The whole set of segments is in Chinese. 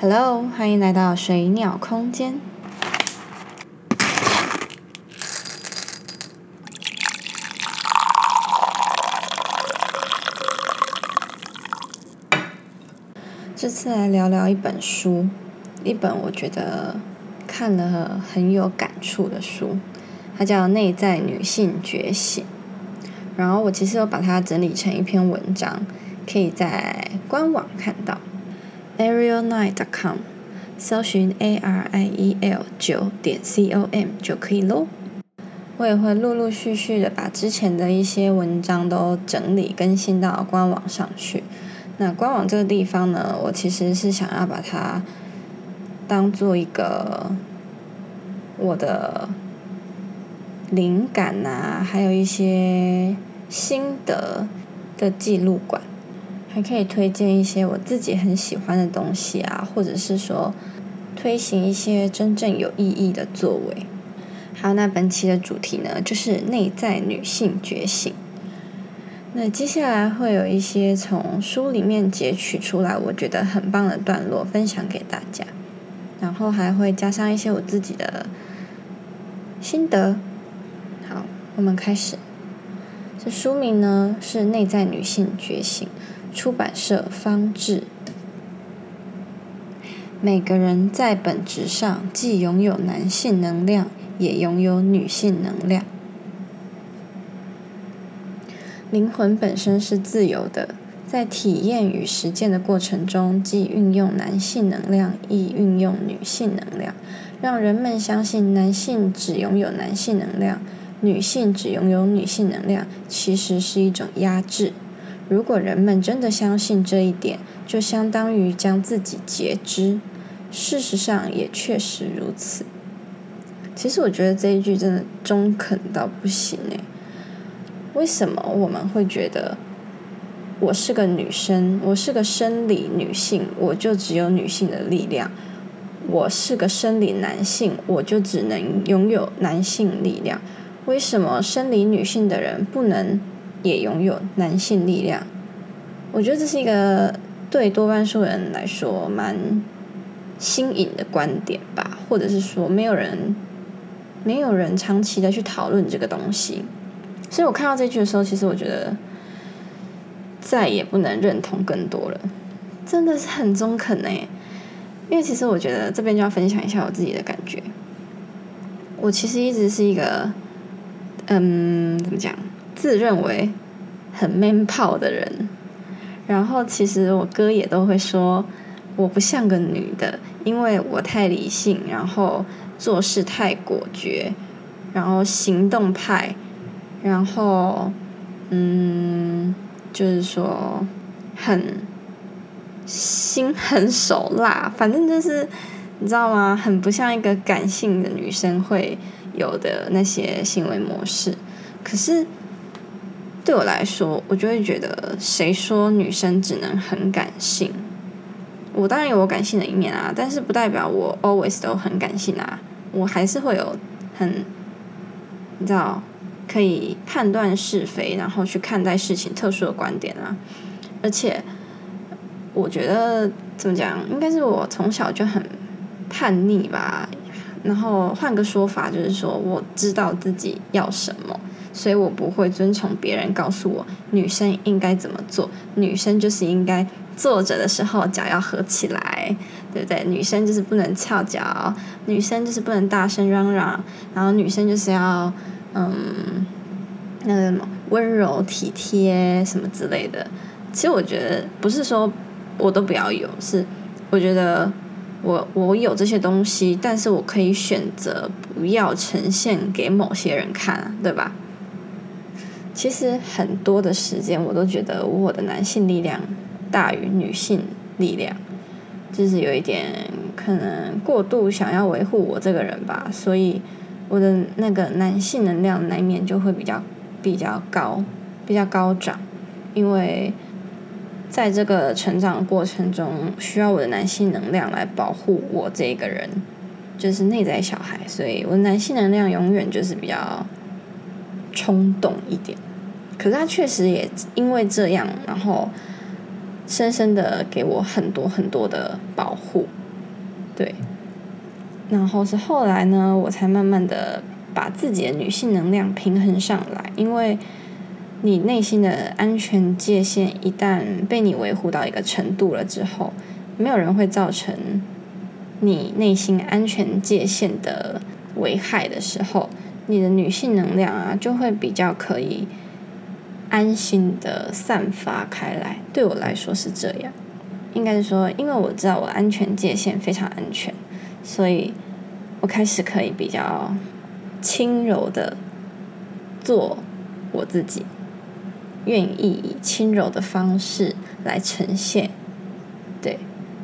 Hello， 欢迎来到水鸟空间。这次来聊聊一本书，一本我觉得看了很有感触的书，它叫《内在女性觉醒》。然后我其实有把它整理成一篇文章，可以在官网看到 ariel9.com， 搜寻 ariel9.com 就可以咯。我也会陆陆续续的把之前的一些文章都整理更新到官网上去。那官网这个地方呢，我其实是想要把它当做一个我的灵感啊，还有一些心得的记录馆，还可以推荐一些我自己很喜欢的东西啊，或者是说推行一些真正有意义的作为。好，那本期的主题呢，就是内在女性觉醒。那接下来会有一些从书里面截取出来我觉得很棒的段落分享给大家，然后还会加上一些我自己的心得。好，我们开始。这书名呢是《内在女性觉醒》，出版社方志。每个人在本质上既拥有男性能量，也拥有女性能量。灵魂本身是自由的，在体验与实践的过程中，既运用男性能量，亦运用女性能量，让人们相信男性只拥有男性能量，女性只拥有女性能量，其实是一种压制。如果人们真的相信这一点，就相当于将自己截肢。事实上也确实如此。其实我觉得这一句真的中肯到不行耶。为什么我们会觉得我是个女生，我是个生理女性，我就只有女性的力量；我是个生理男性，我就只能拥有男性力量？为什么生理女性的人不能也拥有男性力量？我觉得这是一个对多半数人来说蛮新颖的观点吧，或者是说没有人长期的去讨论这个东西。所以我看到这句的时候，其实我觉得再也不能认同更多了，真的是很中肯耶。因为其实我觉得这边就要分享一下我自己的感觉。我其实一直是一个怎么讲，自认为很 man 炮的人。然后其实我哥也都会说我不像个女的，因为我太理性，然后做事太果决，然后行动派，然后就是说心狠手辣，反正就是你知道吗，很不像一个感性的女生会有的那些行为模式。可是对我来说，我就会觉得谁说女生只能很感性？我当然有我感性的一面啊，但是不代表我 always 都很感性啊，我还是会有你知道可以判断是非，然后去看待事情特殊的观点啊。而且我觉得怎么讲，应该是我从小就很叛逆吧。然后换个说法就是说，我知道自己要什么，所以我不会遵从别人告诉我女生应该怎么做。女生就是应该坐着的时候脚要合起来，对不对？女生就是不能翘脚，女生就是不能大声嚷嚷，然后女生就是要那个什么温柔体贴什么之类的。其实我觉得不是说我都不要有，是我觉得我有这些东西，但是我可以选择不要呈现给某些人看啊，对吧？其实很多的时间我都觉得我的男性力量大于女性力量，就是有一点可能过度想要维护我这个人吧，所以我的那个男性能量那一面就会比较高涨。因为在这个成长的过程中，需要我的男性能量来保护我这个人，就是内在小孩，所以我的男性能量永远就是比较冲动一点。可是他确实也因为这样，然后深深的给我很多很多的保护。 对。然后是后来呢，我才慢慢的把自己的女性能量平衡上来，因为你内心的安全界限一旦被你维护到一个程度了之后，没有人会造成你内心安全界限的危害的时候，你的女性能量啊就会比较可以安心的散发开来。对我来说是这样，应该是说，因为我知道我安全界限非常安全，所以我开始可以比较轻柔的做我自己，愿意以轻柔的方式来呈现。对，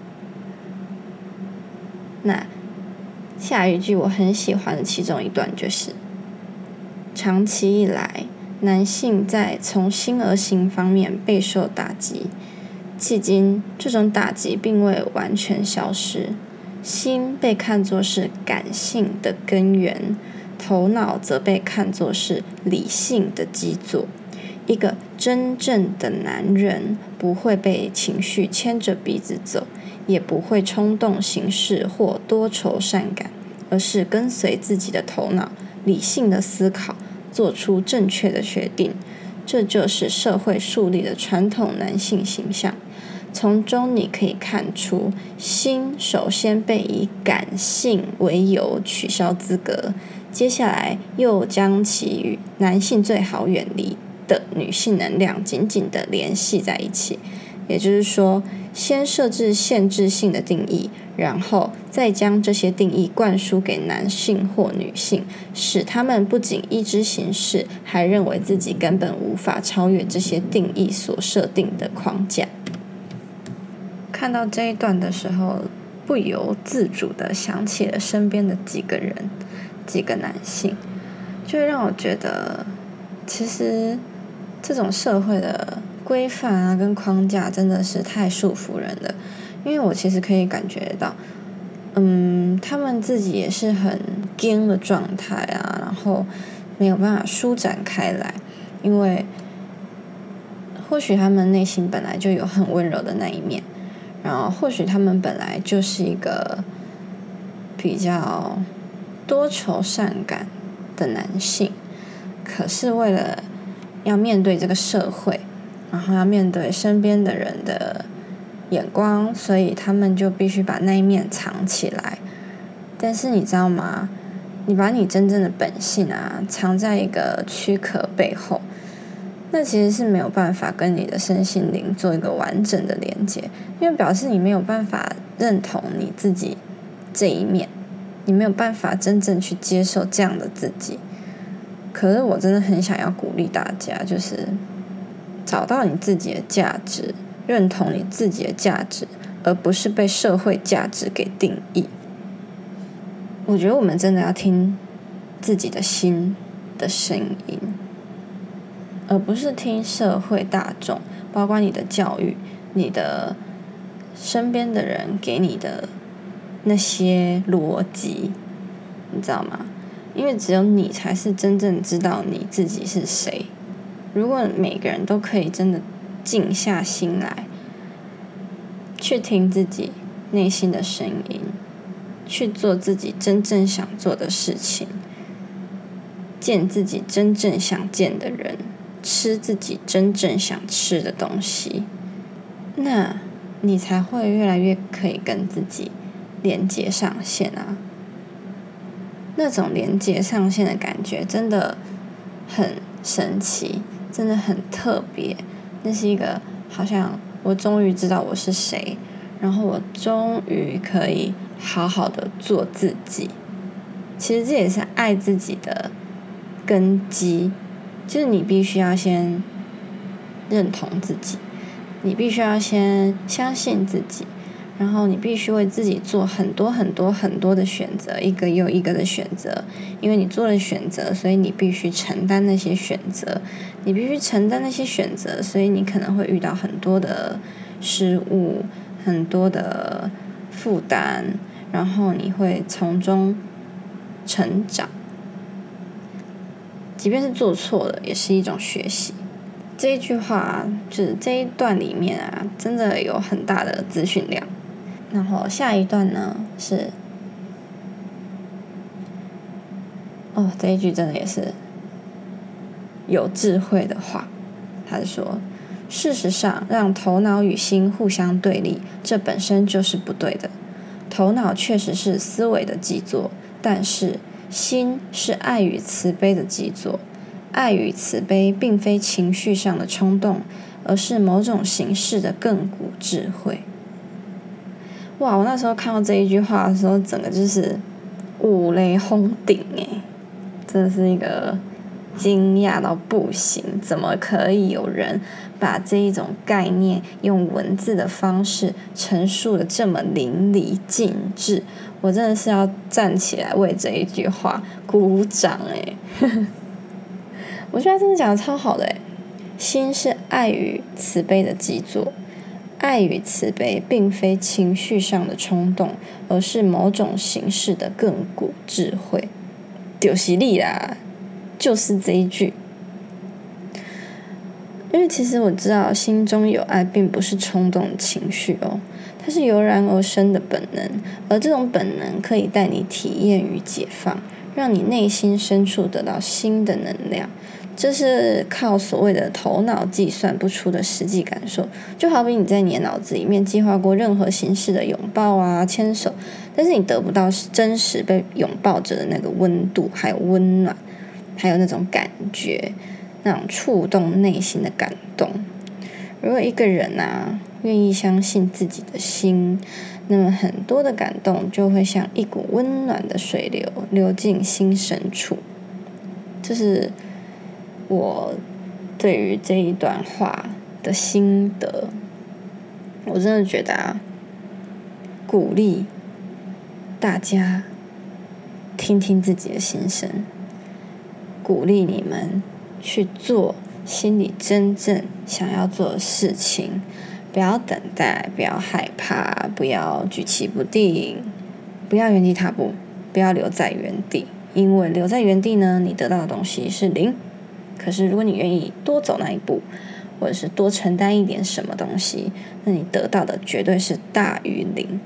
那下一句我很喜欢的其中一段就是：长期以来，男性在从心而行方面备受打击，迄今这种打击并未完全消失。心被看作是感性的根源，头脑则被看作是理性的基座。一个真正的男人不会被情绪牵着鼻子走，也不会冲动行事或多愁善感，而是跟随自己的头脑，理性的思考，做出正确的决定。这就是社会树立的传统男性形象。从中你可以看出，心首先被以感性为由取消资格，接下来又将其与男性最好远离的女性能量紧紧地联系在一起。也就是说，先设置限制性的定义，然后再将这些定义灌输给男性或女性，使他们不仅依之行事，还认为自己根本无法超越这些定义所设定的框架。看到这一段的时候，不由自主地想起了身边的几个人，几个男性，就会让我觉得，其实这种社会的规范啊跟框架真的是太束缚人了。因为我其实可以感觉到，他们自己也是很僵的状态啊，然后没有办法舒展开来，因为或许他们内心本来就有很温柔的那一面，然后或许他们本来就是一个比较多愁善感的男性，可是为了要面对这个社会，然后要面对身边的人的眼光，所以他们就必须把那一面藏起来。但是你知道吗？你把你真正的本性啊藏在一个躯壳背后，那其实是没有办法跟你的身心灵做一个完整的连接，因为表示你没有办法认同你自己这一面，你没有办法真正去接受这样的自己。可是我真的很想要鼓励大家，就是找到你自己的价值，认同你自己的价值，而不是被社会价值给定义。我觉得我们真的要听自己的心的声音，而不是听社会大众，包括你的教育，你的身边的人给你的那些逻辑，你知道吗？因为只有你才是真正知道你自己是谁。如果每个人都可以真的静下心来，去听自己内心的声音，去做自己真正想做的事情，见自己真正想见的人，吃自己真正想吃的东西，那你才会越来越可以跟自己连接上线啊。那种连接上线的感觉真的很神奇，真的很特别。那是一个好像我终于知道我是谁，然后我终于可以好好的做自己。其实这也是爱自己的根基，就是你必须要先认同自己，你必须要先相信自己，然后你必须为自己做很多很多很多的选择，一个又一个的选择。因为你做了选择，所以你必须承担那些选择，你必须承担那些选择，所以你可能会遇到很多的失误，很多的负担，然后你会从中成长。即便是做错了，也是一种学习。这一句话就是这一段里面啊，真的有很大的资讯量。 然后下一段呢是，这一句真的也是有智慧的话。他是说，事实上，让头脑与心互相对立，这本身就是不对的。头脑确实是思维的基作，但是心是爱与慈悲的基作。爱与慈悲并非情绪上的冲动，而是某种形式的亘古智慧。哇！我那时候看到这一句话的时候，整个就是五雷轰顶真的是一个惊讶到不行，怎么可以有人把这一种概念用文字的方式陈述的这么淋漓尽致？我真的是要站起来为这一句话鼓掌我觉得他真的讲的超好的心是爱与慈悲的基作，爱与慈悲并非情绪上的冲动，而是某种形式的亘古智慧。就是你啦，就是这一句。因为其实我知道心中有爱并不是冲动的情绪它是油然而生的本能，而这种本能可以带你体验与解放，让你内心深处得到新的能量。这是靠所谓的头脑计算不出的实际感受，就好比你在你的脑子里面计划过任何形式的拥抱啊、牵手，但是你得不到真实被拥抱着的那个温度，还有温暖，还有那种感觉，那种触动内心的感动。如果一个人愿意相信自己的心，那么很多的感动就会像一股温暖的水流流进心深处。这是我对于这一段话的心得。我真的觉得鼓励大家听听自己的心声，鼓励你们去做心里真正想要做的事情，不要等待，不要害怕，不要举棋不定，不要原地踏步，不要留在原地，因为留在原地呢，你得到的东西是零。可是如果你愿意多走那一步，或者是多承担一点什么东西，那你得到的绝对是大于零。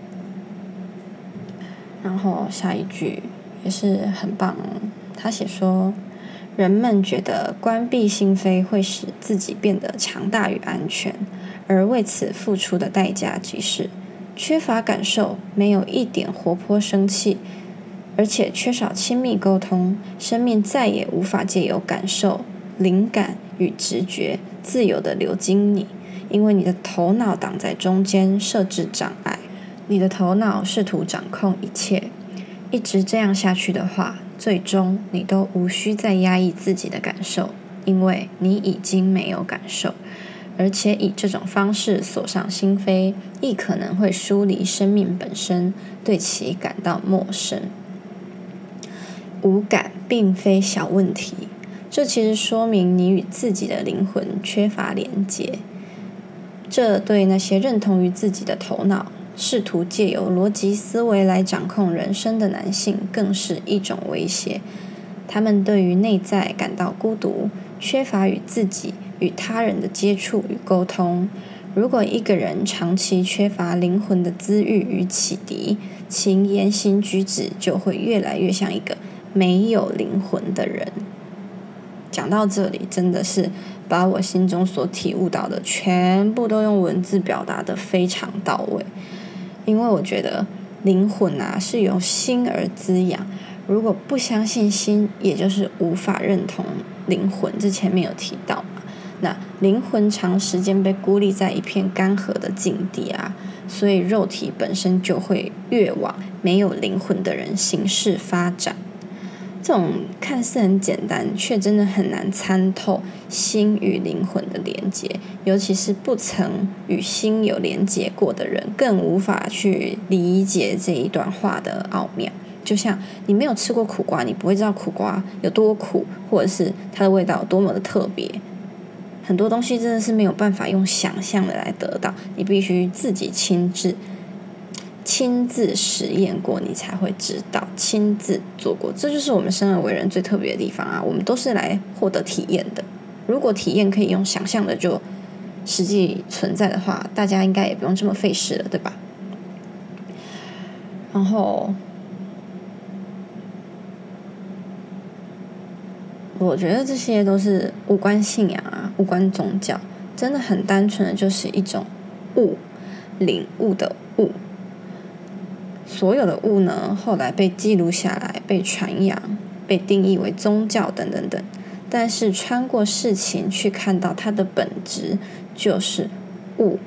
然后下一句也是很棒他写说，人们觉得关闭心扉会使自己变得强大与安全，而为此付出的代价即是缺乏感受，没有一点活泼生气，而且缺少亲密沟通，生命再也无法借由感受、灵感与直觉自由地流经你，因为你的头脑挡在中间，设置障碍。你的头脑试图掌控一切，一直这样下去的话，最终你都无需再压抑自己的感受，因为你已经没有感受。而且以这种方式锁上心扉，亦可能会疏离生命本身，对其感到陌生。无感并非小问题，这其实说明你与自己的灵魂缺乏连结。这对那些认同于自己的头脑，试图借由逻辑思维来掌控人生的男性更是一种威胁。他们对于内在感到孤独，缺乏与自己与他人的接触与沟通。如果一个人长期缺乏灵魂的滋育与启迪，其言行举止就会越来越像一个没有灵魂的人。讲到这里，真的是把我心中所体悟到的全部都用文字表达得非常到位。因为我觉得灵魂是由心而滋养，如果不相信心，也就是无法认同灵魂，这前面有提到嘛。那灵魂长时间被孤立在一片干涸的境地所以肉体本身就会越往没有灵魂的人形式发展。这种看似很简单，却真的很难参透心与灵魂的连结，尤其是不曾与心有连结过的人，更无法去理解这一段话的奥妙。就像你没有吃过苦瓜，你不会知道苦瓜有多苦，或者是它的味道有多么的特别。很多东西真的是没有办法用想象的来得到，你必须自己亲自实验过，你才会知道，亲自做过。这就是我们生而为人最特别的地方我们都是来获得体验的。如果体验可以用想象的就实际存在的话，大家应该也不用这么费事了，对吧？ 然后我觉得这些都是无关信仰啊，无关宗教，真的很单纯的就是一种领悟的悟。所有的悟呢，后来被记录下来，被传扬，被定义为宗教等等等。但是穿过事情去看到它的本质，就是悟。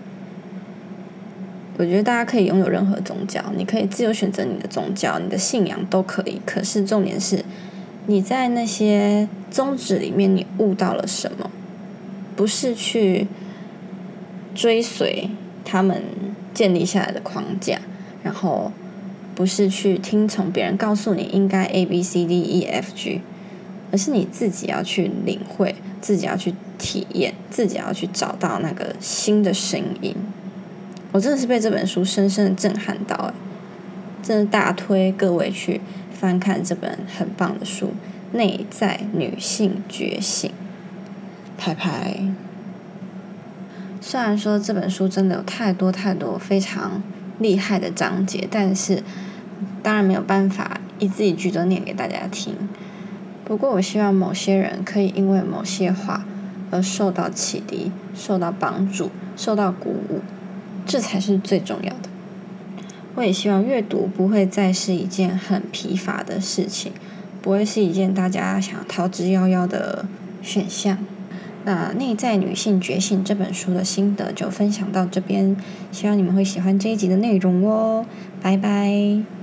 我觉得大家可以拥有任何宗教，你可以自由选择你的宗教，你的信仰都可以。可是重点是，你在那些宗旨里面，你悟到了什么？不是去追随他们建立下来的框架，然后不是去听从别人告诉你应该 ABCDEFG， 而是你自己要去领会，自己要去体验，自己要去找到那个新的声音。我真的是被这本书深深的震撼到，真的大推各位去翻看这本很棒的书《内在女性觉醒》。拍拍。虽然说这本书真的有太多非常厉害的章节，但是当然没有办法一字一句都念给大家听。不过我希望某些人可以因为某些话而受到启迪，受到帮助，受到鼓舞，这才是最重要的。我也希望阅读不会再是一件很疲乏的事情，不会是一件大家想逃之夭夭的选项。那内在女性觉醒这本书的心得就分享到这边，希望你们会喜欢这一集的内容哦，拜拜。